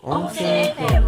音声 FM。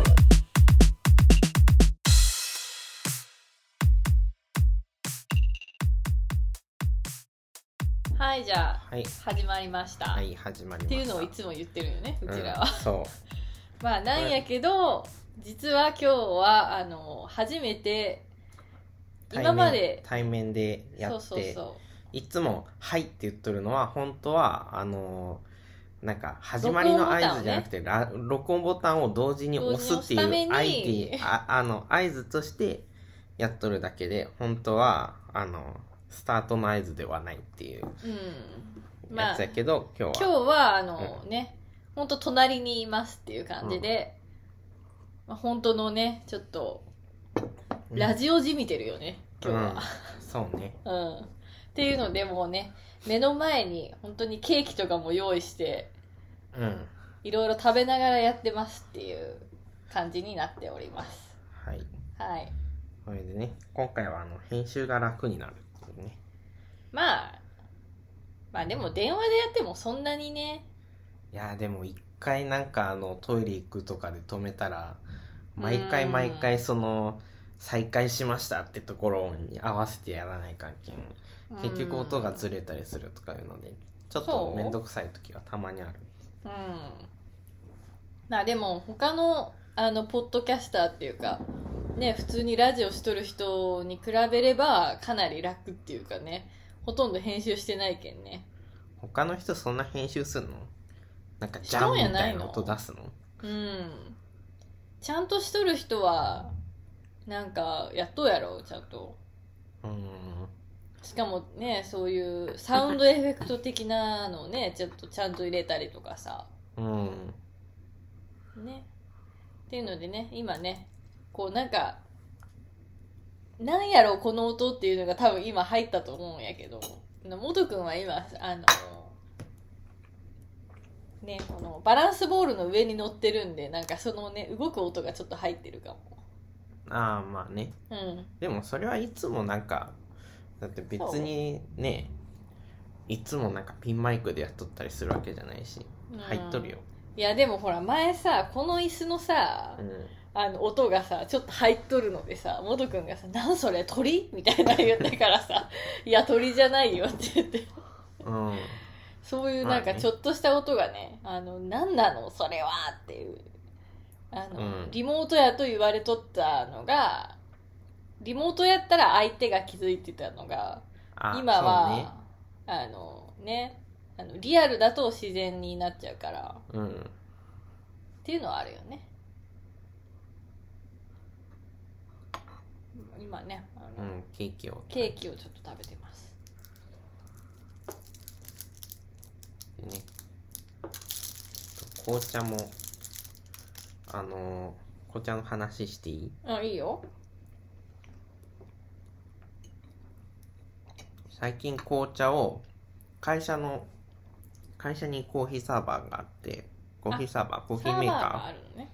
はい、じゃあ、 はい、 始まりました、 はい、始まりましたっていうのをいつも言ってるよね、うちらは、 そうまあなんやけど、実は今日は初めて今まで対面でやって、いつも「はい」って言っとるのは本当はなんか始まりの合図じゃなくて録音ボタンを同時に押すっていう合図としてやっとるだけで、本当はスタートの合図ではないっていうやつやけど、今日はね、本当隣にいますっていう感じで、本当のね、ちょっとラジオじみてるよね、今日は、 そうね、 っていうので、もうね、目の前に本当にケーキとかも用意して、いろいろ食べながらやってますっていう感じになっております。 はいはい。 それでね、今回は編集が楽になるっていうね。 まあでも電話でやってもそんなにね。 いやでも一回なんかトイレ行くとかで止めたら毎回その再開しましたってところに合わせてやらない関係、結局音がずれたりするとかいうのでちょっと面倒くさい時はたまにある。 でも他のポッドキャスターっていうかね、普通にラジオしとる人に比べればかなり楽っていうかね、ほとんど編集してないけんね。 他の人そんな編集すんの？なんかジャンみたいな音出すの？ ちゃんとしとる人はなんかやっとうやろ、ちゃんと。しかもね、そういうサウンドエフェクト的なのをねちょっとちゃんと入れたりとかさ、ね、っていうのでね、今ね、こうなんかなんやろこの音っていうのが多分今入ったと思うんやけど、元くんは今ね、このバランスボールの上に乗ってるんで、なんかそのね動く音がちょっと入ってるかも。 まあね、でもそれはいつもなんかだって別にね、いつもなんかピンマイクでやっとったりするわけじゃないし、入っとるよ。 いやでもほら前さ、この椅子のさ、音がさちょっと入っとるのでさ、元くんがさ「なんそれ鳥?」みたいな言ったからさ「いや鳥じゃないよ」って言ってそういうなんかちょっとした音がね、なんなのそれはっていう、リモートやと言われとったのが、リモートやったら相手が気づいてたのが、今はリアルだと自然になっちゃうから、っていうのはあるよね。今ね、 ケーキをちょっと食べてます。 でね、紅茶も紅茶の話していい？ いいよ。 最近紅茶を会社にコーヒーサーバーがあって、コーヒーメーカ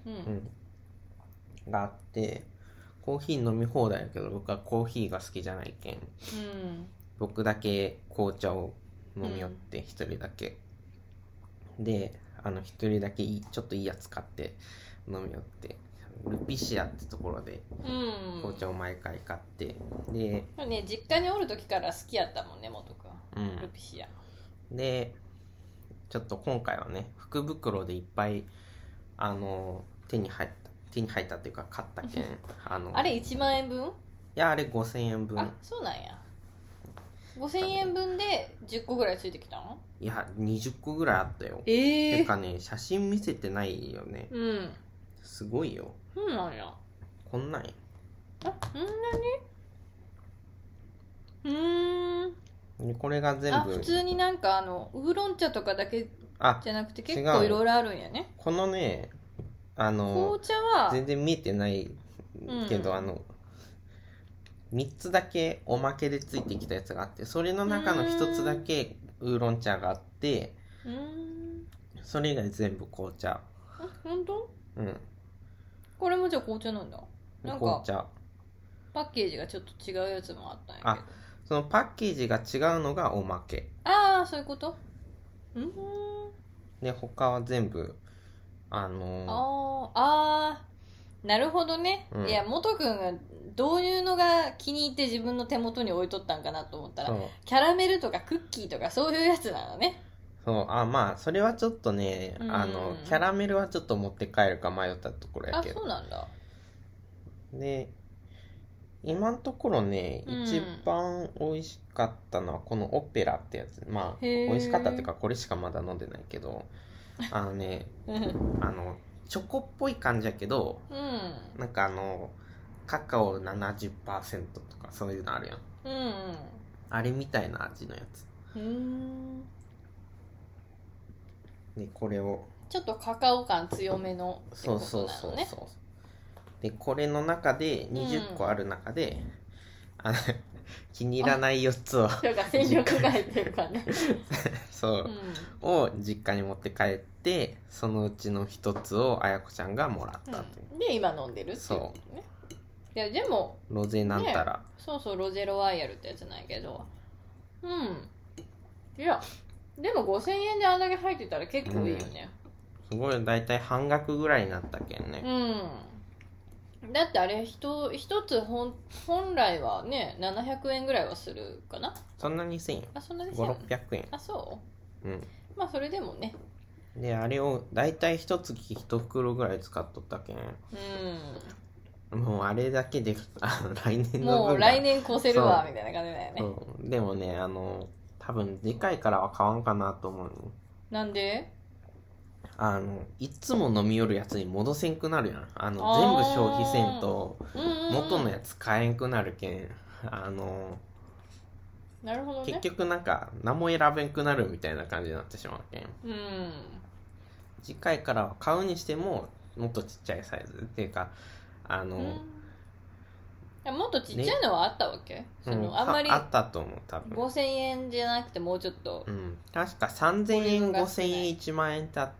ーがあって、コーヒー飲み放題やけど僕はコーヒーが好きじゃないけん、僕だけ紅茶を飲みよって、一人だけで一人だけちょっといいやつ買って飲みよって、ルピシアってところで紅茶を毎回買って、でね、実家におる時から好きやったもんね、元くん、ルピシアで、ちょっと今回はね、福袋でいっぱい手に入ったっていうか買ったけんあれ1万円分？いや、あれ5000円分。 そうなんや。5000円分で10個ぐらいついてきたの？ いや、20個ぐらいあったよ。てかね、写真見せてないよね。すごいよ。 そうなんや。 こんなんや。 そんなに？これが全部普通になんかウーロン茶とかだけじゃなくて結構いろいろあるんやね。 このね、 紅茶は全然見えてないけど、3つだけおまけでついてきたやつがあって、それの中の1つだけウーロン茶があって、それ以外全部紅茶。 本当？これもじゃあ紅茶なんだ。なんか紅茶パッケージがちょっと違うやつもあったんやけど、 そのパッケージが違うのがおまけ。 そういうこと？ で他は全部なるほどね、 うん、 いや元くんがどういうのが気に入って自分の手元に置いとったんかなと思ったらキャラメルとかクッキーとかそういうやつなのね。 そうまあそれはちょっとね、キャラメルはちょっと持って帰るか迷ったところやけど。 そうなんだ。 で今のところね、一番美味しかったのはこのオペラってやつ。まあ美味しかったっていうかこれしかまだ飲んでないけどチョコっぽい感じやけど、なんかカカオ 70% とかそういうのあるやん、あれみたいな味のやつで、これをちょっとカカオ感強めのってことなのね。 そうで、これの中で20個ある中で、気に入らない4つを戦力が入ってるからねそう、を実家に持って帰って、そのうちの1つをあやこちゃんがもらったという、 で今飲んでるっていうことね。いやでもロゼなんたら、 そうロゼロワイヤルってやつないけど、いやでも5000円であんだけ入ってたら結構いいよね、 すごい。だいたい半額ぐらいになったけんね。 だってあれ一つ本来はね700円ぐらいはするかな。 そんなにせんよ。 そんなにせん。5、600円。 そう。まあそれでもね。 であれをだいたい1月1袋ぐらい使っとったけん。もうあれだけで来年の分もう来年越せるわみたいな感じだよね。 でもね多分次回からは買わんかなと思う。 なんで？ いつも飲み寄るやつに戻せんくなるやん。全部消費せんと元のやつ買えんくなるけん、 なるほどね、 結局なんか何も選べんくなるみたいな感じになってしまうけん、次回からは買うにしてももっとちっちゃいサイズっていうかもっとちっちゃいのはあったわけ、あんまりあったと思う。多分 5000円じゃなくてもうちょっと、 確か3000円5000円1万円ってあって、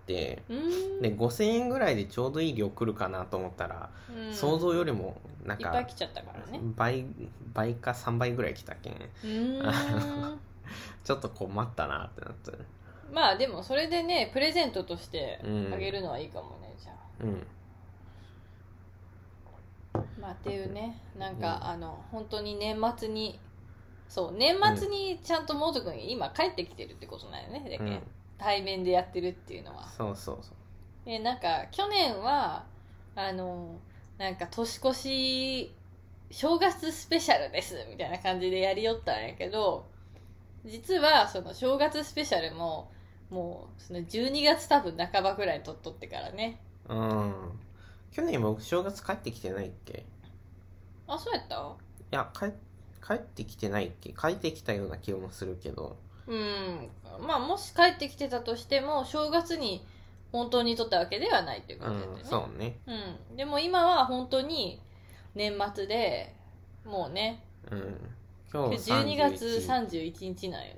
で5000円ぐらいでちょうどいい量来るかなと思ったら、想像よりもなんかいっぱい来ちゃったからね。 倍か3倍ぐらい来たけんちょっと困ったなってなってる。 まあでもそれでねプレゼントとしてあげるのはいいかもね、じゃあまあっていうね、なんか、本当に年末に年末にちゃんとモート君今帰ってきてるってことなんよね、だけ対面でやってるっていうのは。でなんか去年はなんか年越し正月スペシャルですみたいな感じでやりよったんやけど、実はその正月スペシャルももうその12月多分半ばぐらいに撮っとってからね。 去年僕正月帰ってきてないっけ？ そうやった？ いや帰ってきてないっけ？帰ってきたような気もするけど。 まあもし帰ってきてたとしても正月に本当に撮ったわけではないっていう感じだったね。 そうね。 でも今は本当に年末でもうね。今日12月31日なんよ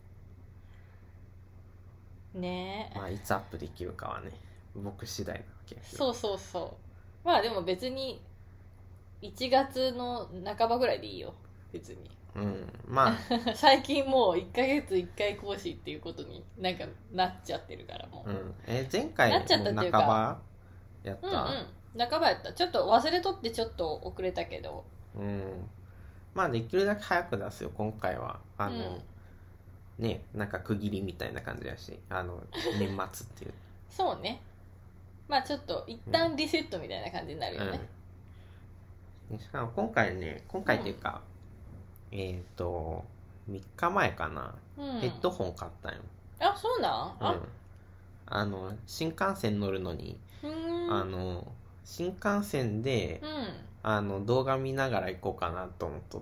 ね。ねえ。 まあいつアップできるかはね、僕次第なわけ。 そうまあでも別に1月の半ばぐらいでいいよ別に。まあ最近もう1ヶ月1回更新っていうことになんかなっちゃってるからもう、 前回も半ばやった。 半ばやった。ちょっと忘れとってちょっと遅れたけど、 まあできるだけ早く出すよ今回は。ね、なんか区切りみたいな感じだし、年末っていうそうね。まあちょっと一旦リセットみたいな感じになるよね。 しかも今回っていうか、3日前かな、ヘッドホン買ったんよ。 そうなん？ 新幹線乗るのに新幹線で、動画見ながら行こうかなと思っとって。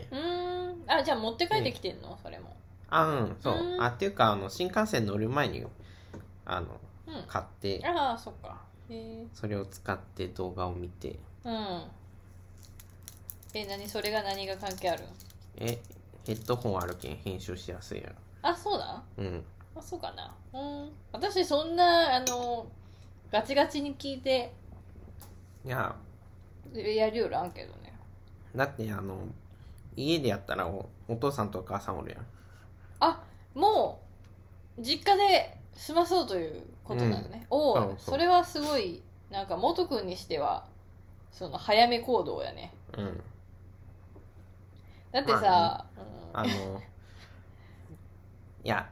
じゃあ持って帰ってきてんの？それも。 そう。っていうか新幹線乗る前に買って、 そっか。 それを使って動画を見て。 それが何が関係あるん？ ヘッドホンあるけん編集しやすいやろ。 そうだ。そうかな。私そんなガチガチに聞いてやるよらんけどね。 だって家でやったらお父さんとお母さんおるやん。 もう実家で済まそうというこことなのね。それはすごいなんか元くんにしてはその早め行動やね。だってさ、 いや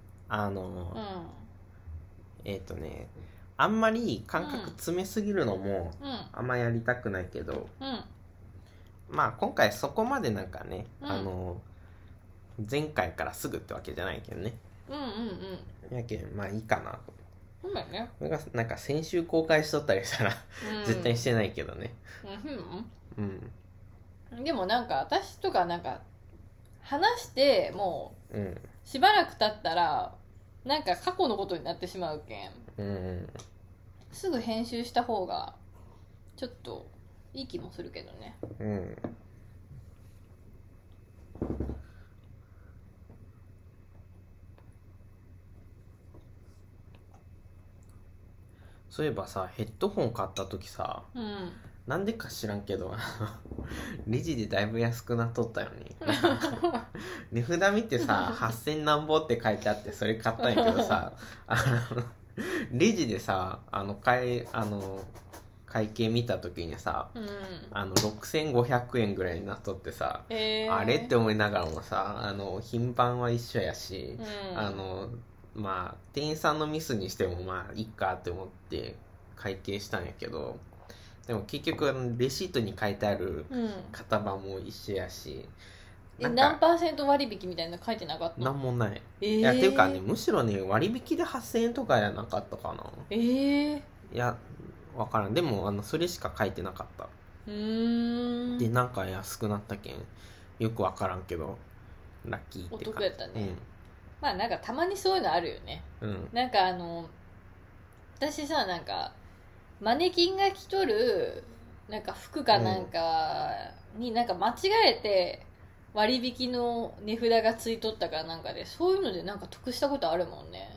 あんまり感覚詰めすぎるのもあんまやりたくないけど、まあ今回そこまでなんかね、前回からすぐってわけじゃないけどね。やけんまあいいかなと。 そうだよね。 これがなんか先週公開しとったりしたら絶対してないけどね。 でもなんか私とかなんか話してもうしばらく経ったらなんか過去のことになってしまうけん、すぐ編集した方がちょっといい気もするけどね。 そういえばさ、ヘッドホン買った時さ、なんでか知らんけどレジでだいぶ安くなっとったよね。値札見てさ8000何ぼって書いてあってそれ買ったんやけどさレジでさ会計見た時にさ、6500円ぐらいになっとってさ、あれって思いながらもさ品番は一緒やし、まあ店員さんのミスにしてもまあいいかって思って会計したんやけど、でも結局レシートに書いてある型番も一緒やし、 何%割引みたいなの書いてなかった？ なんもない。いやっていうかね、むしろね割引で8000円とかやなかったかな。いや分からん。でもそれしか書いてなかった。でなんか安くなったけんよく分からんけどラッキーって感じ。 お得やったね。まあなんかたまにそういうのあるよね。なんか私さ、なんかマネキンが着とるなんか服かなんかになんか間違えて割引の値札がついとったからなんかで、そういうのでなんか得したことあるもんね。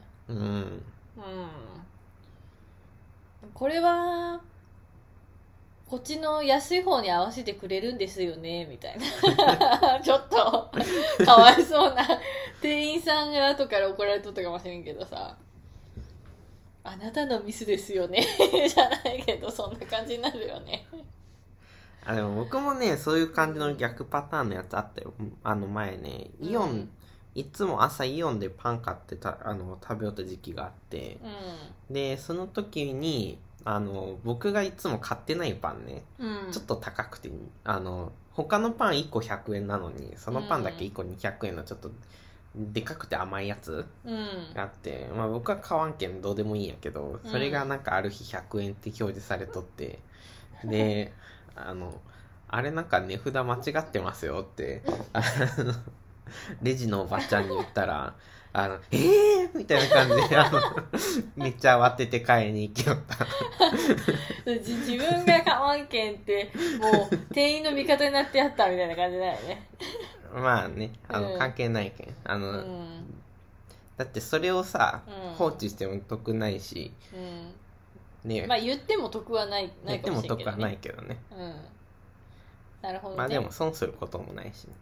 これはこっちの安い方に合わせてくれるんですよねみたいなちょっとかわいそうな店員さんが後から怒られとったかもしれんけどさ、あなたのミスですよねじゃないけどそんな感じになるよね。 でも僕もねそういう感じの逆パターンのやつあったよ。前ねイオン、いつも朝イオンでパン買って食べよった時期があって、でその時に僕がいつも買ってないパンね、ちょっと高くて他のパン1個100円なのにそのパンだけ1個200円のちょっとでかくて甘いやつがあって、まあ、僕は買わんけんどうでもいいんやけど、それがなんかある日100円って表示されとってであれなんか値札間違ってますよってレジのおばちゃんに言ったらみたいな感じでめっちゃ慌てて買いに行きよった自分が買わんけんってもう店員の味方になってやったみたいな感じだよねまあね関係ないけんだってそれをさ、放置しても得ないし、 ね、まあ言っても得はないかもしれないけどね。言っても得はないけどね。 なるほどね。 まあでも損することもないし、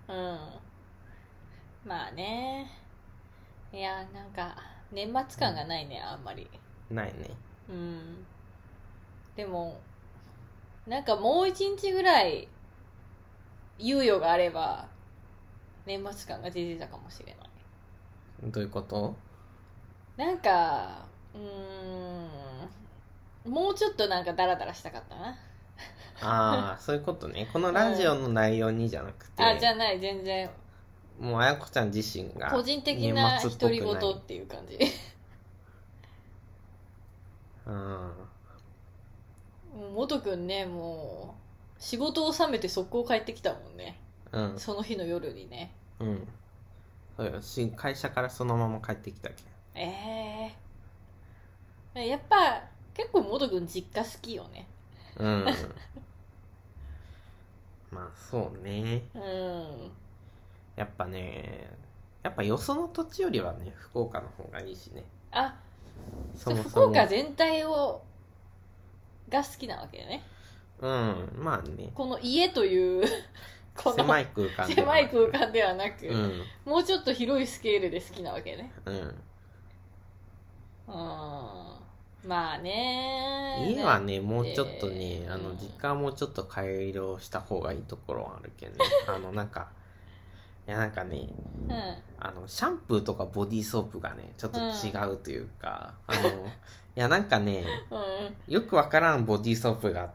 まあね。いやなんか年末感がないね、あんまり。 ないね。 でもなんかもう一日ぐらい猶予があれば年末感が出てたかもしれない。 どういうこと？ なんかもうちょっとなんかダラダラしたかったなああそういうことね。このラジオの内容にじゃなくて、 じゃない、全然もうあやこちゃん自身が個人的な独り言っていう感じ元くんね、もう仕事を収めて速攻帰ってきたもんね、その日の夜にね。 そうよ、会社からそのまま帰ってきたけど。やっぱ結構元くん実家好きよね。 まあそうね。やっぱね、やっぱよその土地よりはね福岡の方がいいしね。 そもそも福岡全体が好きなわけだね。 まあね、 この家というこの狭い空間ではなく、もうちょっと広いスケールで好きなわけね。 まあね、 家はねもうちょっとね時間もちょっと改良した方がいいところはあるけどねなんかいやなんかね、シャンプーとかボディーソープがねちょっと違うというか、いやなんかね、よくわからんボディーソープがあって、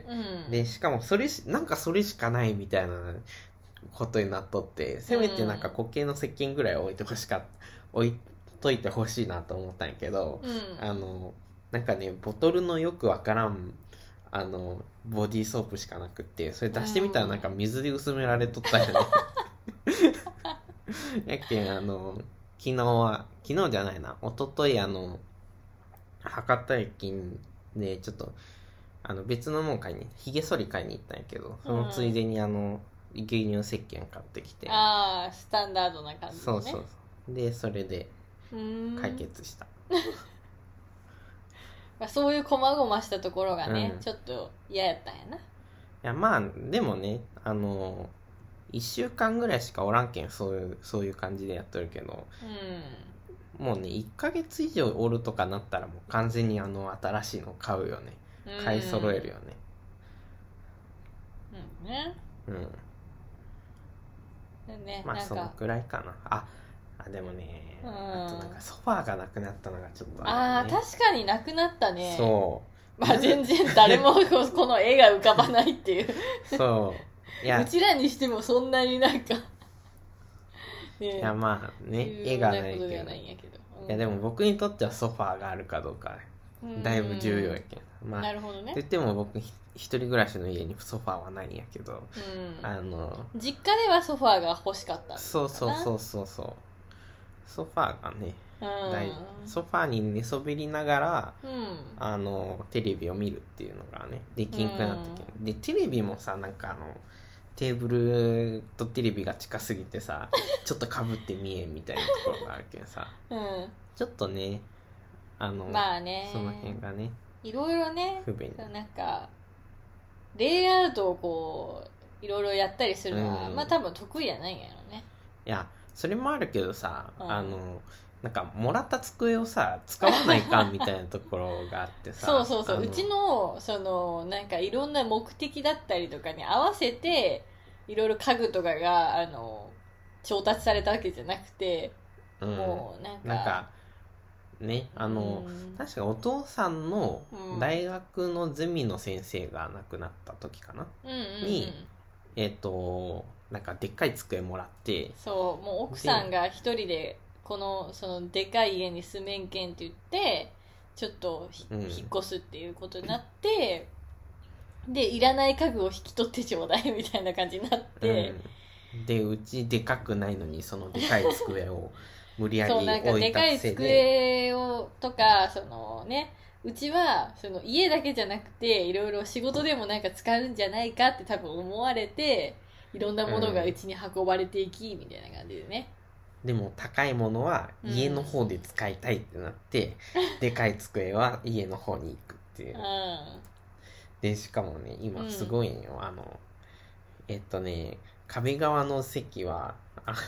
でしかもなんかそれしかないみたいなことになっとって、せめてなんか固形の石鹸ぐらい置いといてほしいなと思ったんやけど、なんかねボトルのよくわからんボディーソープしかなくって、それ出してみたらなんか水で薄められとったよねやけん昨日じゃないな一昨日博多駅でちょっと別のもん買いにひげ剃り買いに行ったんやけど、そのついでに牛乳石鹸買ってきて、 ああスタンダードな感じね。 そうでそれで解決したそういう細々したところがね、ちょっと嫌やったんやな。いやまあでもね1週間ぐらいしかおらんけんそういう感じでやっとるけど、もうね1ヶ月以上おるとかなったらもう完全に新しいの買うよね。買い揃えるよね。まあそのくらいかな。でもね、あとなんかソファーがなくなったのがちょっと確かになくなったね。 そうまあ全然誰もこの絵が浮かばないっていうそううちらにしてもそんなになんかいやまあね絵がないけど、いやでも僕にとってはソファーがあるかどうかだいぶ重要やけん。 なるほどね。 と言っても僕一人暮らしの家にソファーはないんやけど、 実家ではソファーが欲しかったんだな。 そうソファーがね、ソファーに寝そべりながら、テレビを見るっていうのがねできんくなったけん、でテレビもさなんかテーブルとテレビが近すぎてさちょっとかぶって見えんみたいなところがあるけんさ、ちょっとねまあねその辺がねいろいろね不便なんかレイアウトをこういろいろやったりするのは、まあ多分得意やないんやろね。 いやそれもあるけどさ、なんかもらった机をさ使わないかんみたいなところがあってさそううちのなんかいろんな目的だったりとかに合わせていろいろ家具とかが調達されたわけじゃなくて、もうなんかね確かお父さんの大学のゼミの先生が亡くなった時かな、になんかでっかい机もらって、 そうもう奥さんが一人でそのでかい家に住めんけんって言ってちょっと引っ越すっていうことになって、でいらない家具を引き取ってちょうだいみたいな感じになって、 でうちでかくないのにそのでかい机を無理やり置いたせいでそうなんかでかい机をとかうちは家だけじゃなくていろいろ仕事でもなんか使うんじゃないかって多分思われて、いろんなものがうちに運ばれていきみたいな感じでね。 でも高いものは家の方で使いたいってなって、でかい机は家の方に行くっていう、でしかもね今すごいんよ、壁側の席は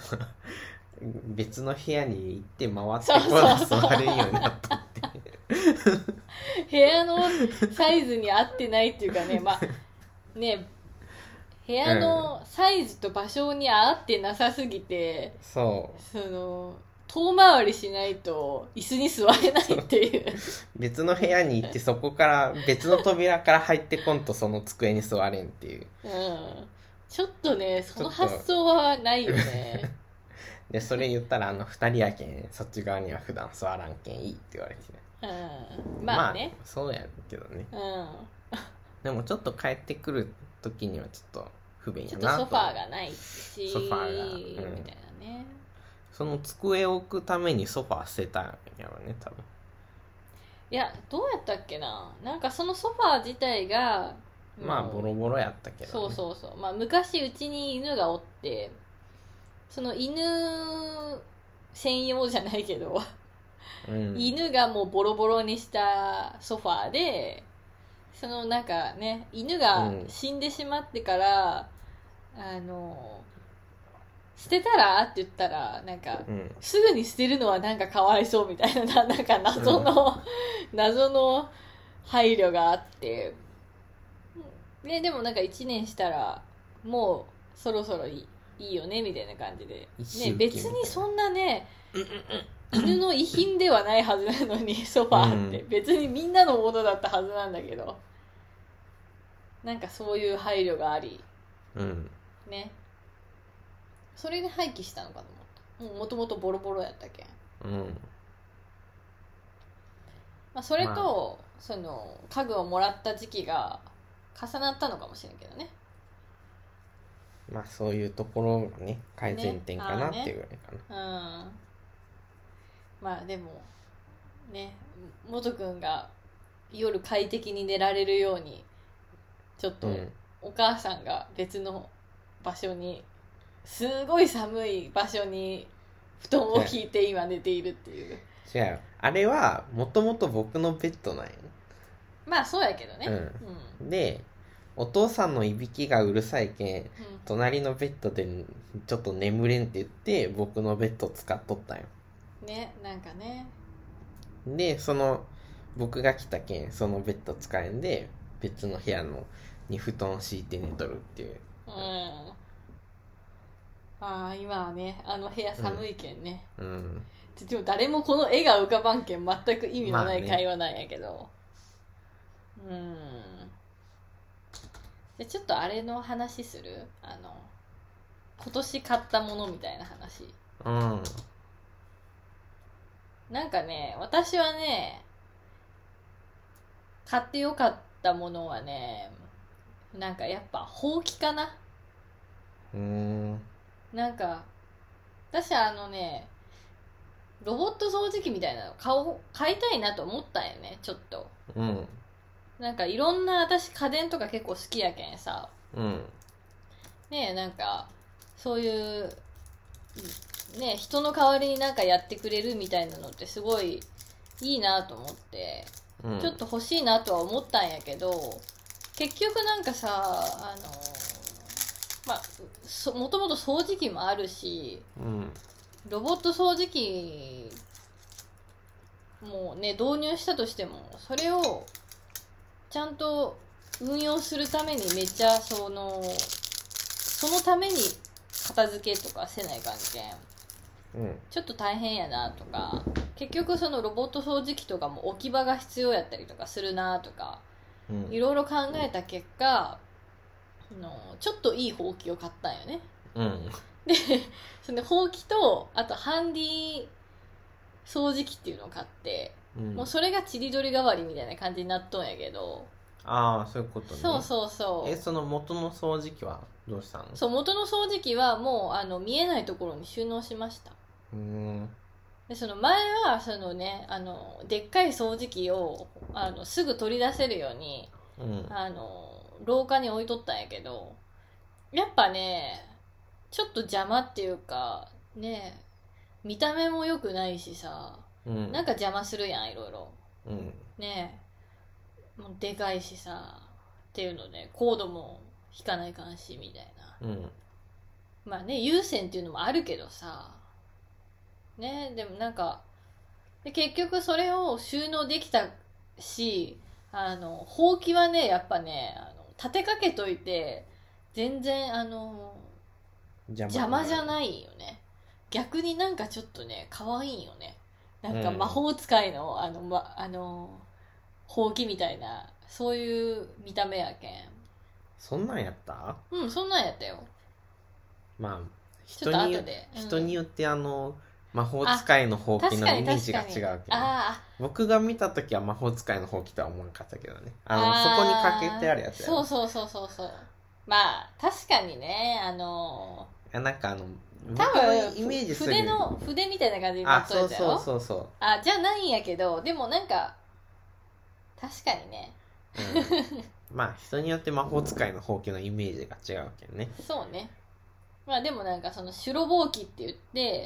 別の部屋に行って回ってこな座れるようになったって部屋のサイズに合ってないっていうかね、まあね部屋のサイズと場所に合ってなさすぎて、遠回りしないと椅子に座れないっていう別の部屋に行ってそこから別の扉から入ってこんとその机に座れんっていう、 ちょっとねその発想はないよねでそれ言ったら2人やけんそっち側には普段座らんけんいいって言われて、 まあね、 そうやけどね、でもちょっと帰ってくる時にはちょっと不便やなと。 ちょっとソファーがないしソファーが、 みたいなね。 その机を置くためにソファー捨てたんやろね多分。 いやどうやったっけな、なんかそのソファー自体がまあボロボロやったけど、 ね、そうまあ昔うちに犬がおって、その犬専用じゃないけど、犬がもうボロボロにしたソファーで、なんかね犬が死んでしまってから、 捨てたらって言ったらなんか、 うん、 すぐに捨てるのはなんかかわいそうみたいななんか謎の、謎の配慮があって、でもなんか1年したらもうそろそろいいよねみたいな感じで、ね、別にそんなね、犬の遺品ではないはずなのにソファーって別にみんなのものだったはずなんだけど、なんかそういう配慮があり、ね、それで廃棄したのかと思った。もともとボロボロやったけん、まあ、それと、その家具をもらった時期が重なったのかもしれんけどね。 まあそういうところがね改善点かなっていうぐらいかな、まあでもね、元くんが夜快適に寝られるようにちょっとお母さんが別の場所に、すごい寒い場所に布団を引いて今寝ているっていう。 違う、あれはもともと僕のベッドなんよ。 まあそうやけどね、 でお父さんのいびきがうるさいけん、隣のベッドでちょっと眠れんって言って僕のベッド使っとったんよね。なんかね、 で僕が来たけんそのベッド使えんで別の部屋に布団を敷いて寝とるっていう。 ああ今はねあの部屋寒いけんね、でも誰もこの絵が浮かばんけん全く意味のない会話なんやけど、でちょっとあれの話する？今年買ったものみたいな話。なんかね、私はね買ってよかったものはね、なんかやっぱほうきかな。なんか私ロボット掃除機みたいなの買いたいなと思ったんよね、ちょっと。なんかいろんな私家電とか結構好きやけんさ、ねえ、なんかそういうね、人の代わりになんかやってくれるみたいなのってすごいいいなと思って、ちょっと欲しいなとは思ったんやけど、結局なんかさ、まあもともと掃除機もあるし、ロボット掃除機もね導入したとしても、それをちゃんと運用するためにめっちゃそのために片付けとかせないかんけん、ちょっと大変やなとか、結局そのロボット掃除機とかも置き場が必要やったりとかするなとか、いろいろ考えた結果ちょっといいほうきを買ったんよね。でそのほうきとあとハンディ掃除機っていうのを買って、もうそれがちり取り代わりみたいな感じになっとんやけど。 ああそういうことね。 そうその元の掃除機はどうしたの？ そう、元の掃除機はもう見えないところに収納しました。でその前はでっかい掃除機をすぐ取り出せるように、廊下に置いとったんやけど、やっぱねちょっと邪魔っていうかね、見た目も良くないしさ、なんか邪魔するやん、いろいろ、ねえ、もうでかいしさっていうのでコードも引かないかんしみたいな、まあね有線っていうのもあるけどさね。でもなんか結局それを収納できたし、ほうきはねやっぱね立てかけといて全然邪魔じゃないよね。逆になんかちょっとね可愛いよね。なんか魔法使いのほうきみたいな、そういう見た目やけん。 そんなんやった？ そんなんやったよ。 まあ人によって魔法使いのほうきのイメージが違うけど、僕が見た時は魔法使いのほうきとは思わなかったけどね。そこにかけてあるやつや、ね、 そうまあ確かにね、 なんか多分イメージする筆みたいな感じになっとるやつやろ。 そうじゃないんやけど、でもなんか確かにね、 まあ人によって魔法使いのほうきのイメージが違うけどね。 そうね。まあでもなんかそのシュロボウキって言って、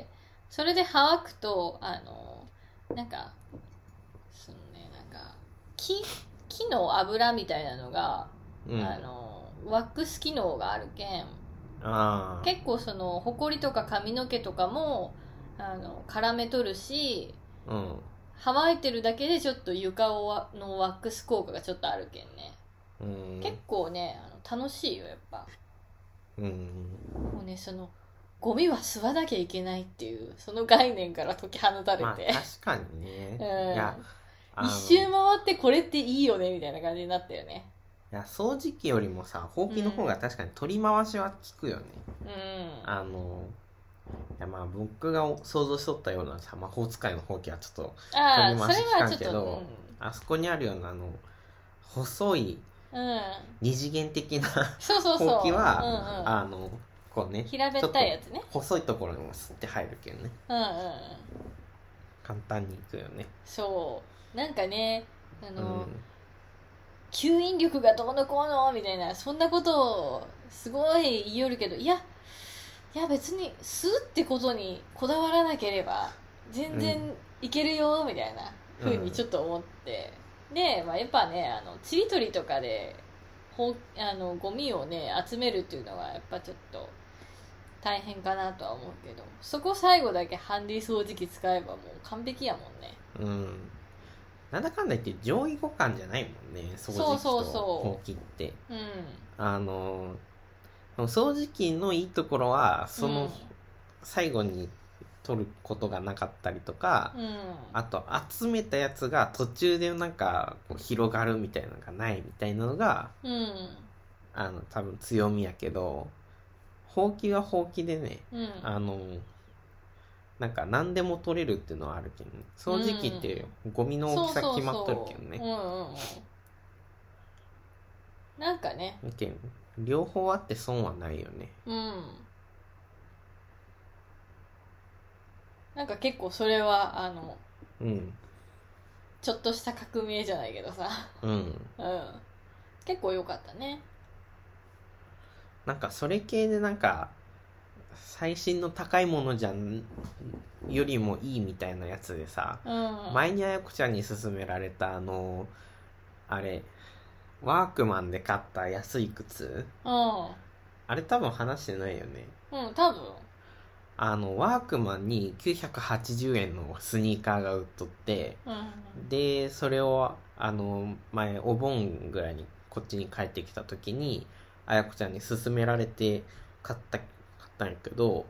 それで乾くとなんかそのね、なんか木の油みたいなのが、ワックス機能があるけん、 結構そのほこりとか髪の毛とかも絡めとるし、 うん、 乾いてるだけでちょっと床のワックス効果がちょっとあるけんね、結構ね楽しいよやっぱ。もうねそのゴミは吸わなきゃいけないっていうその概念から解き放たれて、 まあ、確かにね、いや一周回ってこれっていいよねみたいな感じになったよね。 いや掃除機よりもさほうきの方が確かに取り回しは効くよね。いやまあ僕が想像しとったようなさ魔法使いのほうきはちょっと取り回し効かんけど、あそこにあるような細い二次元的なほうきはこうね平べったいやつね、 細いところにもスッて入るけどね、簡単にいくよね。 そうなんかね吸引力がどうのこうのみたいなそんなことをすごい言いよるけど、いや別に吸うってことにこだわらなければ全然いけるよみたいな風にちょっと思って、で、まあ、やっぱねちりとりとかでゴミをね集めるっていうのはやっぱちょっと大変かなとは思うけど、そこ最後だけハンディ掃除機使えばもう完璧やもんね。 なんだかんだ言って上位互換じゃないもんね掃除機とほうきって。掃除機のいいところはその最後に取ることがなかったりとか、あと集めたやつが途中でなんかこう広がるみたいなのがないみたいなのが、多分強みやけど、ほうきはほうきでね、なんか何でも取れるっていうのはあるけど、ね、掃除機ってゴミの大きさ決まっとるけどね。 なんかね両方あって損はないよね。 なんか結構それはちょっとした革命じゃないけどさ結構良かったね。 なんかそれ系でなんか最新の高いものよりもいいみたいなやつでさ、前にあやこちゃんに勧められたあれワークマンで買った安い靴、あれ多分話してないよね。 多分ワークマンに980円のスニーカーが売っとって、でそれを前お盆ぐらいにこっちに帰ってきた時にあやこちゃんに勧められて買ったんやけど、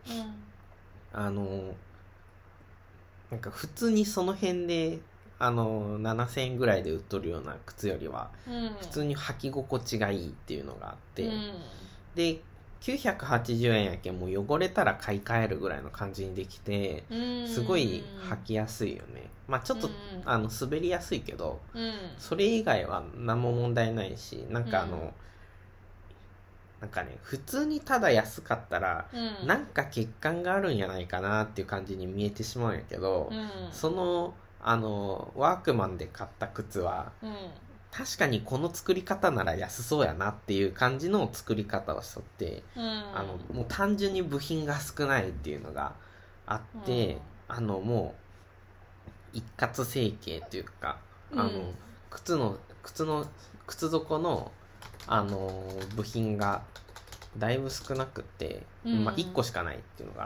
なんか普通にその辺で7000円ぐらいで売っとるような靴よりは、普通に履き心地がいいっていうのがあって、で980円やけんもう汚れたら買い替えるぐらいの感じにできて、すごい履きやすいよね。まあちょっと滑りやすいけど、それ以外は何も問題ないし、なんかなんかね普通にただ安かったら、なんか欠陥があるんじゃないかなっていう感じに見えてしまうんやけど、そのワークマンで買った靴は、確かにこの作り方なら安そうやなっていう感じの作り方をしとって、もう単純に部品が少ないっていうのがあって、もう一括成形というか、靴底の部品がだいぶ少なくて、1個しかないっていうのがあって、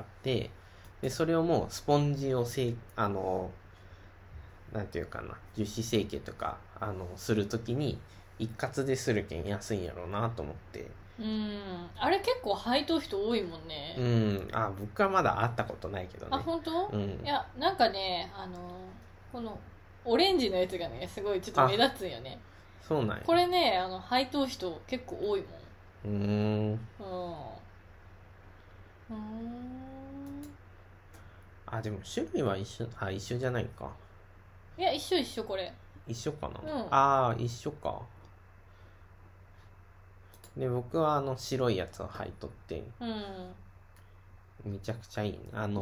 でそれをもうスポンジをなんていうかな、樹脂成形とかするときに一括でするけん安いんやろうなと思って。 あれ結構履いとる人多いもんね。 僕はまだ会ったことないけどね。 本当？いやなんかねこのオレンジのやつがねすごいちょっと目立つんよね。 そうなんや。 これね履いとる人結構多いもん。 でも種類は一緒じゃないか。 いや一緒これ一緒かな。一緒か。で僕は白いやつを履いとって、めちゃくちゃいいね。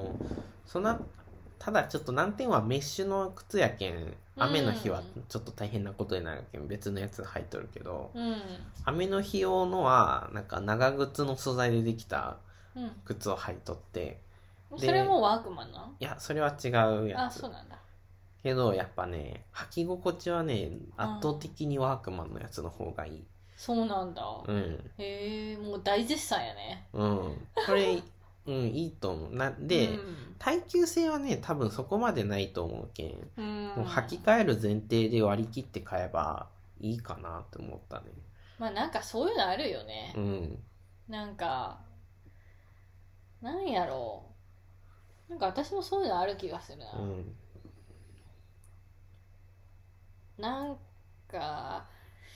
ただちょっと難点はメッシュの靴やけん、雨の日はちょっと大変なことになるけん別のやつ履いとるけど、雨の日用のはなんか長靴の素材でできた靴を履いとって、 それもワークマンなの？ いやそれは違うやつ。 そうなんだ。 けどやっぱね履き心地はね圧倒的にワークマンのやつの方がいい。 そうなんだ。 うんへえ、もう大絶賛やね。 これいいと思うで、耐久性はね多分そこまでないと思うけん、もう履き替える前提で割り切って買えばいいかなって思ったね。 まあなんかそういうのあるよね。なんかなんやろう、なんか私もそういうのある気がするな。なんか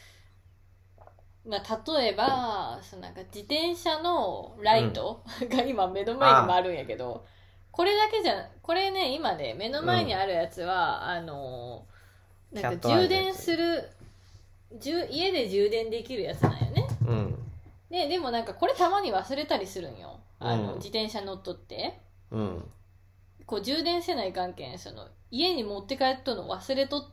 まあ、例えばなんか自転車のライトが今目の前にもあるんやけど、これだけじゃこれね今ね目の前にあるやつは、なんか充電する家で充電できるやつなんよね。でもなんかこれたまに忘れたりするんよ。自転車乗っとって、こう充電せない関係家に持って帰っとるの忘れとって、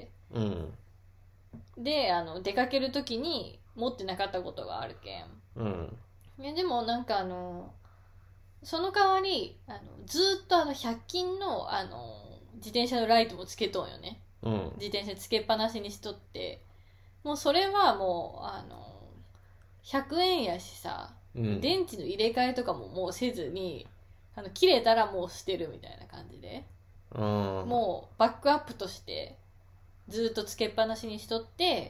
で出かける時に持ってなかったことがあるけん、でもなんかその代わりずっと100均の自転車のライトもつけとんよね、自転車つけっぱなしにしとって、もうそれはもう100円やしさ、電池の入れ替えとかももうせずに切れたらもう捨てるみたいな感じで、もうバックアップとしてずっとつけっぱなしにしとって、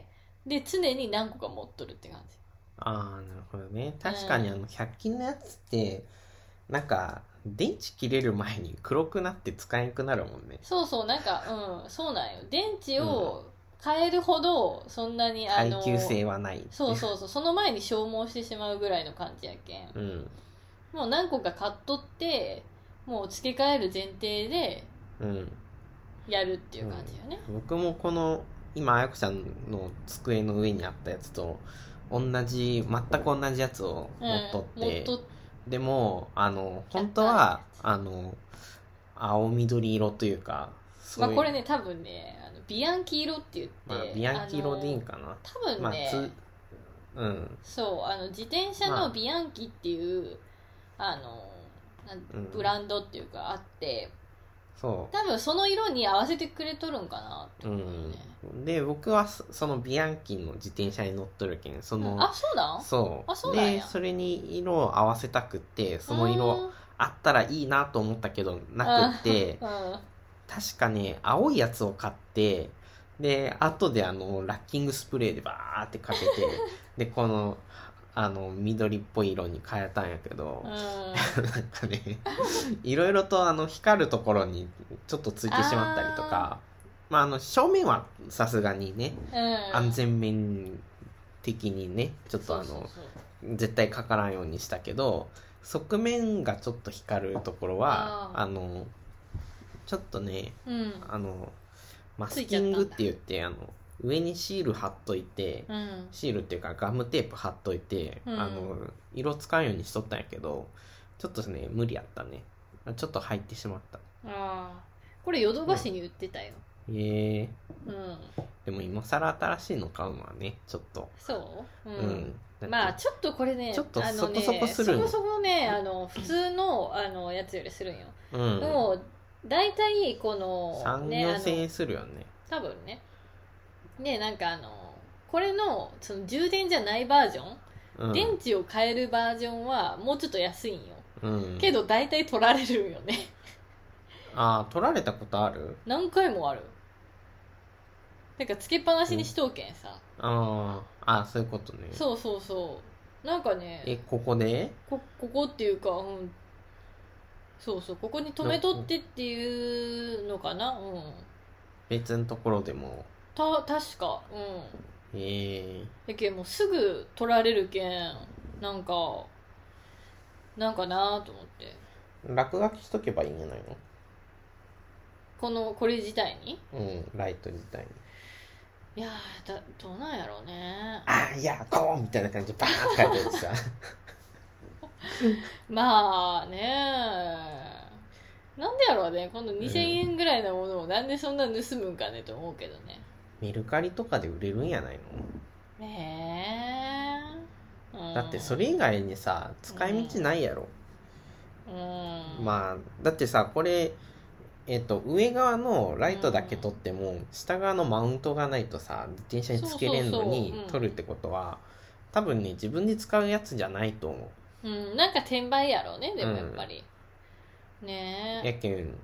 で常に何個か持っとるって感じ。 なるほどね。確かに100均のやつってなんか電池切れる前に黒くなって使えなくなるもんね。 そうなんかそうなんよ。電池を変えるほどそんなに耐久性はない。 そうその前に消耗してしまうぐらいの感じやけん、もう何個か買っとってもう付け替える前提でやるっていう感じよね。 僕もこの今あやこちゃんの机の上にあったやつと全く同じやつを持っとって、でも本当は青緑色というか、 まあこれね多分ねビアンキ色って言って、 ビアンキ色でいいんかな多分ね、そう自転車のビアンキっていうブランドっていうかあって、多分その色に合わせてくれとるんかなって思うよね。 で僕はそのビアンキの自転車に乗っとるけんそうなんそうでそれに色を合わせたくって、その色あったらいいなと思ったけどなくって確かね青いやつを買って、で後でラッキングスプレーでバーってかけてでこの緑っぽい色に変えたんやけど、なんかねいろいろと光るところにちょっとついてしまったりとか、正面はさすがにね、安全面的にねちょっと絶対かからんようにしたけど、側面がちょっと光るところはちょっとね、マスキングって言って上にシール貼っといて、シールっていうかガムテープ貼っといて、色使うようにしとったんやけど、ちょっとね無理やったね。ちょっと入ってしまった。 これヨドバシに売ってたよ。 でも今更新しいの買うのはねちょっとそう、まあちょっとこれねちょっとそこそこするそこそこね普通のやつよりするんよ。もう大体この 3,4千円するよね多分ね。でなんかこれのその充電じゃないバージョン、電池を変えるバージョンはもうちょっと安いんよ、けど大体取られるよね。 取られたことある？ 何回もある。なんかつけっぱなしにしとうけんさ、 そういうことね。 そうなんかねここでここっていうか、そうここに止めとってっていうのかな。 別のところでも確かだけどもうすぐ取られるけんなんかなと思って。 落書きしとけばいいんじゃないの？ これ自体に？ ライト自体に。 いやどうなんやろうね。 いやこうみたいな感じでバーンって書いてるさまあね、なんでやろうね、今度2000円ぐらいのものをなんでそんな盗むんかねと思うけどね。 メルカリとかで売れるんやないの？だってそれ以外にさ使い道ないやろ。だってさこれ上側のライトだけ取っても、下側のマウントがないとさ、自転車につけれんのに取るってことは、多分ね、自分で使うやつじゃないと思う。なんか転売やろうね、でもやっぱり。ねえ。 やけん、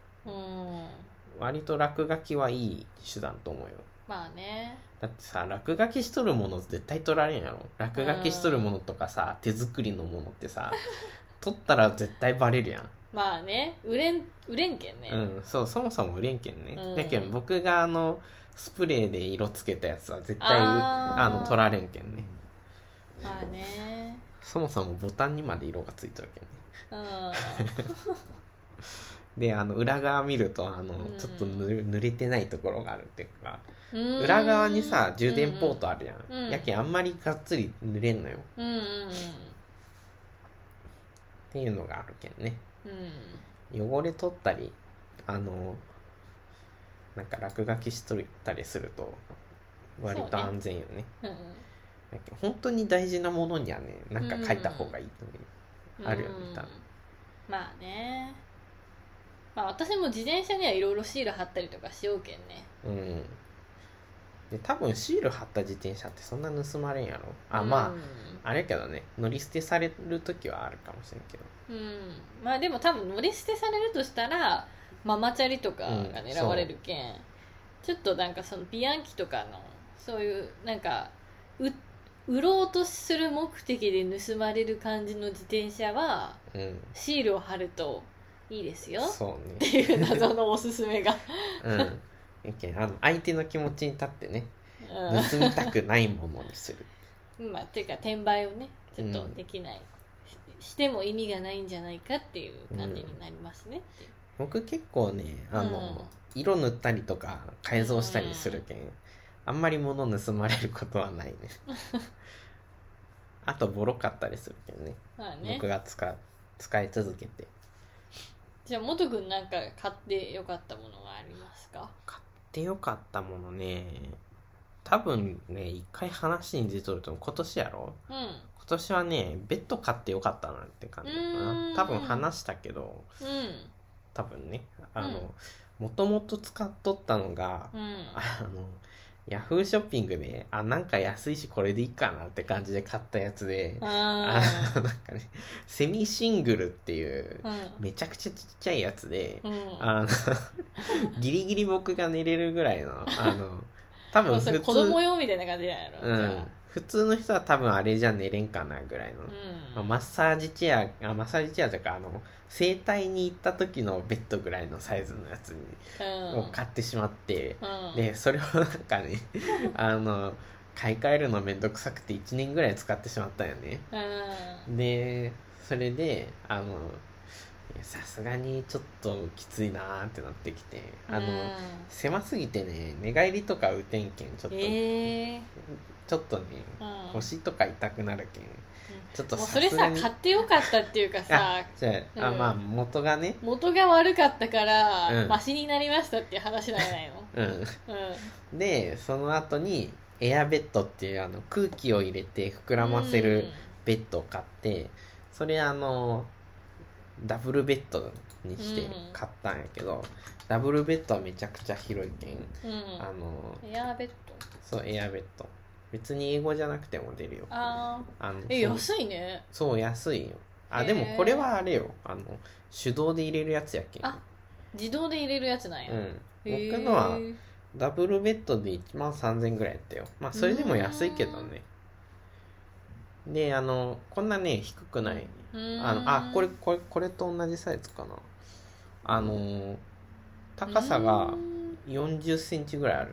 割と落書きはいい手段と思うよ。 まあね。 だってさ、落書きしとるもの絶対取られんやろ。落書きしとるものとかさ、手作りのものってさ、取ったら絶対バレるやん。 まあね、売れんけんね。 そう、そもそも売れんけんね。だけど僕がスプレーで色つけたやつは絶対取られんけんね。 まあね。 そもそもボタンにまで色がついてるけんね。で、裏側見ると、ちょっと濡れてないところがあるっていうか、裏側にさ、充電ポートあるやん。やけんあんまりがっつり濡れんのよ。っていうのがあるけんね。汚れ取ったりなんか落書きしとったりすると割と安全よね。だけど本当に大事なものにはね、なんか書いた方がいいとあるよね、多分。 まあね。まあ私も自転車にはいろいろシール貼ったりとかしようけんね。 で多分シール貼った自転車ってそんな盗まれんやろ。まああれけどね、乗り捨てされる時はあるかもしれんけど。 まあでも多分乗り捨てされるとしたらママチャリとかが狙われるけん、ちょっとなんかそのビアンキとかのそういうなんか売ろうとする目的で盗まれる感じの自転車は、シールを貼るといいですよ、 そうね、 っていう謎のおすすめが相手の気持ちに立ってね、盗みたくないものにするまあていうか転売をねちょっとできない、しても意味がないんじゃないかっていう感じになりますね、 僕結構ね色塗ったりとか改造したりするけん、あんまり物盗まれることはないねあとボロかったりするけどね、僕が使い続けて。 じゃあ元くんなんか買ってよかったものがありますか？ 買ってよかったものね、多分ね一回話に出とると今年やろ、今年はねベッド買ってよかったなって感じかな。多分話したけど、多分ねもともと使っとったのが、ヤフーショッピングでなんか安いしこれでいいかなって感じで買ったやつで、なんかねセミシングルっていう、めちゃくちゃちっちゃいやつで、ギリギリ僕が寝れるぐらいの多分普通子供用みたいな感じなんやろ、 普通の人は多分あれじゃ寝れんかなぐらいの、マッサージチェアとか整体に行った時のベッドぐらいのサイズのやつを買ってしまって、でそれをなんかね買い替えるのめんどくさくて1年ぐらい使ってしまったよね。でそれでさすがにちょっときついなーってなってきて、狭すぎてね寝返りとか打てんけんちょっと、ちょっとね、腰とか痛くなるけん、ちょっともうそれさ買ってよかったっていうかさまあ元が悪かったから、マシになりましたっていう話なんじゃないの？ でその後にエアベッドっていう空気を入れて膨らませるベッドを買って、それダブルベッドにして買ったんやけど、ダブルベッドはめちゃくちゃ広いけん、 エアベッド、 そうエアベッド、別に英語じゃなくても出るよ。 安いね。 そう安いよ。でもこれはあれよ、手動で入れるやつやけん。 自動で入れるやつなんや。 僕のはダブルベッドで1万3000円ぐらいやったよ。まあそれでも安いけどね。でこんなね低くない。これと同じサイズかな。高さが40センチぐらいある。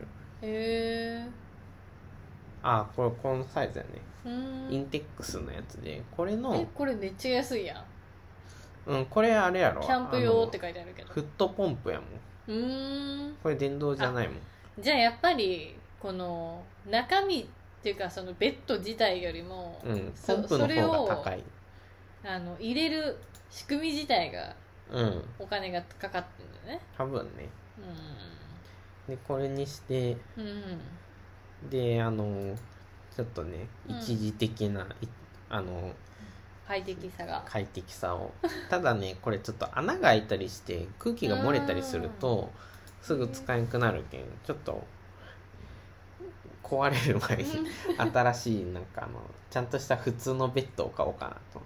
このサイズやね。インテックスのやつで、これめっちゃ安いやん。これあれやろ、 キャンプ用って書いてあるけどフットポンプやもん。これ電動じゃないもん。 じゃあやっぱりこの中身っていうかそのベッド自体よりも、 ポンプの方が高い。 入れる仕組み自体がお金がかかってるんだよね、 多分ね。でこれにして、でちょっとね一時的な快適さが快適さをただねこれちょっと穴が開いたりして空気が漏れたりするとすぐ使えなくなるけんちょっと壊れる前に新しいなんかちゃんとした普通のベッドを買おうかなと。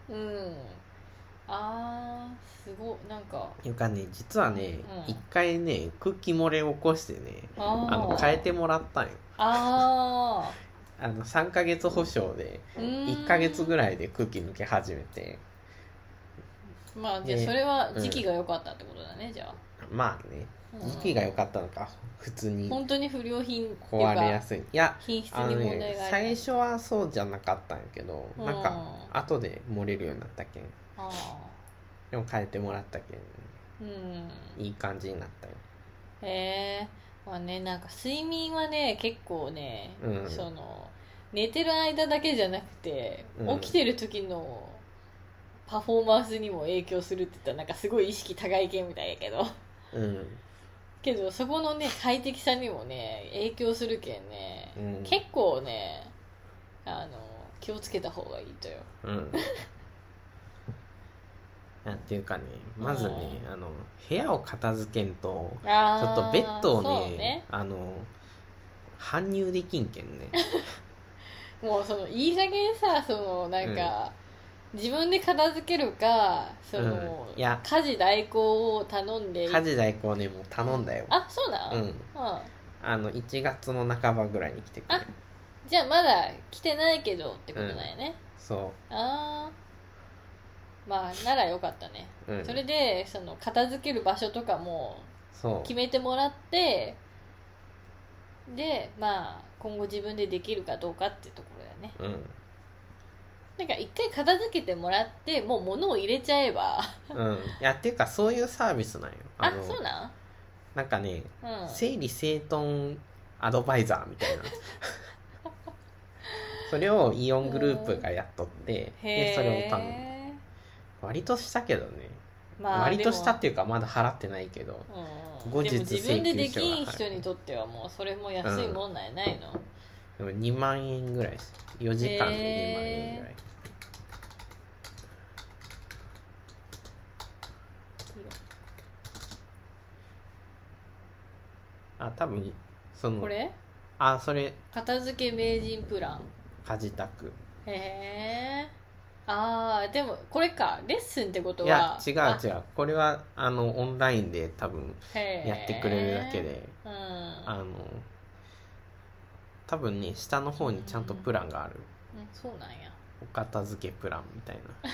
すごいなんかいうかね実はね一回ね空気漏れを起こしてね変えてもらったんよ。3ヶ月保証で1ヶ月ぐらいで空気抜け始めて、 まあじゃあそれは時期が良かったってことだね、じゃあまあね時期が良かったのか普通に本当に不良品っていうか壊れやすい。いや品質に問題がある、 最初はそうじゃなかったんやけどなんか後で漏れるようになったけんでも変えてもらったけんいい感じになったよ。 まあねなんか睡眠はね結構ね、寝てる間だけじゃなくて、起きてる時のパフォーマンスにも影響するって言ったらなんかすごい意識高い系みたいやけどけどそこのね快適さにもね影響するけんね、結構ね気をつけた方がいいとよ。 っていうかねまずね部屋を片付けんとちょっとベッドをね搬入できんけんねもういい加減さなんか、自分で片付けるか家事代行を頼んで家事代行ねもう頼んだよ。 そうなん 1月の半ばぐらいに来てくれる。 じゃあまだ来てないけどってことだよね、 そうまあならよかったね、それで片付ける場所とかも決めてもらってでまあ今後自分でできるかどうかってところだね。なんか一回片付けてもらってもう物を入れちゃえばいやっていうかそういうサービスなんよ。 そうなんなんかね、整理整頓アドバイザーみたいなそれをイオングループがやっとってでそれを頼む。割としたけどね、割としたっていうかまだ払ってないけど、後日請求書がでも自分でできん人にとってはもうそれも安いもんなんやないの、 でも2万円ぐらい4時間で2万円ぐらい、多分これそれ片付け名人プラン家事宅。 でもこれかレッスンってことは。 いや違うこれはオンラインで多分やってくれるだけで、多分ね下の方にちゃんとプランがある、 そうなんや。 お片付けプランみたいな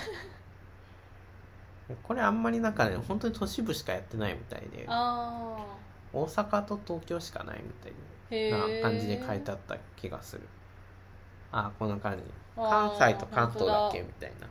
これあんまりなんかね本当に都市部しかやってないみたいで、大阪と東京しかないみたいな感じで書いてあった気がする。こんな感じ。関西と関東だけみたいな。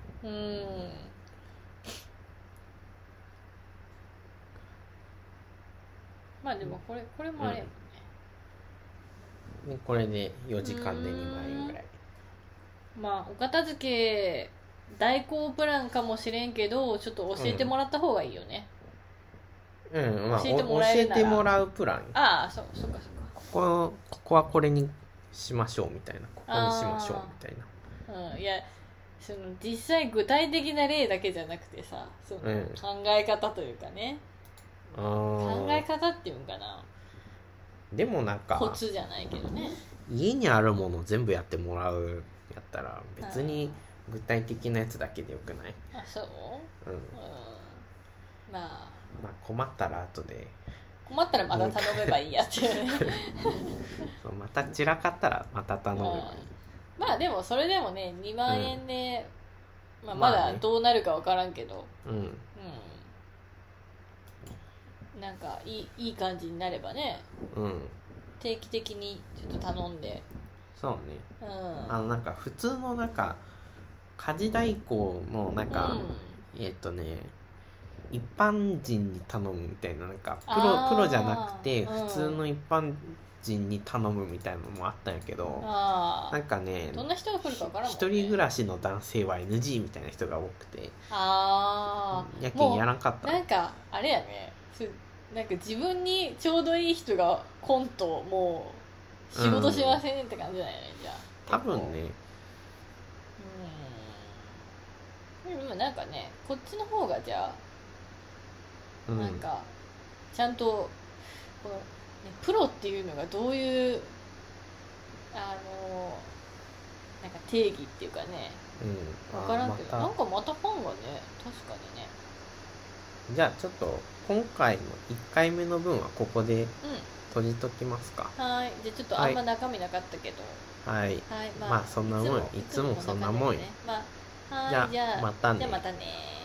まあでもこれもあれやもんね、 これで4時間で2万円ぐらい。 まあお片付け代行プランかもしれんけどちょっと教えてもらった方がいいよね。 教えてもらうプラン。 そっかそっか。 ここはこれにしましょうみたいな、ここにしましょうみたいな。 いや実際具体的な例だけじゃなくてさ考え方というかね、考え方っていうんかな。 でもなんかコツじゃないけどね、 家にあるもの全部やってもらうやったら別に具体的なやつだけでよくない？ そう、まあ困ったら後で困ったらまた頼めばいいやっていうねまた散らかったらまた頼めばいい。 まあでもそれでもね2万円で、まだどうなるか分からんけど、なんかいい感じになればね、定期的にちょっと頼んで。 そうね、なんか普通のなんか家事代行のなんか、一般人に頼むみたいな、なんかプロじゃなくて普通の一般人に頼むみたいなのもあったんやけど、なんかねどんな人が来るか分からんもんね。 一人暮らしの男性は NG みたいな人が多くて、やけんやらんかった。 なんかあれやね、なんか自分にちょうどいい人が来んともう仕事しませんって感じだよね、じゃあ多分ね。 でもなんかねこっちの方がじゃあ、なんかちゃんとこの、ね、プロっていうのがどういうなんか定義っていうかね、分からんけど、なんかまたファンがね確かにね。 じゃあちょっと今回の1回目の分はここで閉じときますか。 はい。じゃあちょっとあんま中身なかったけど、 はい、まあそんなもん、いつもそんなもんよ。 まあ、 じゃあまたね。 じゃあまたね。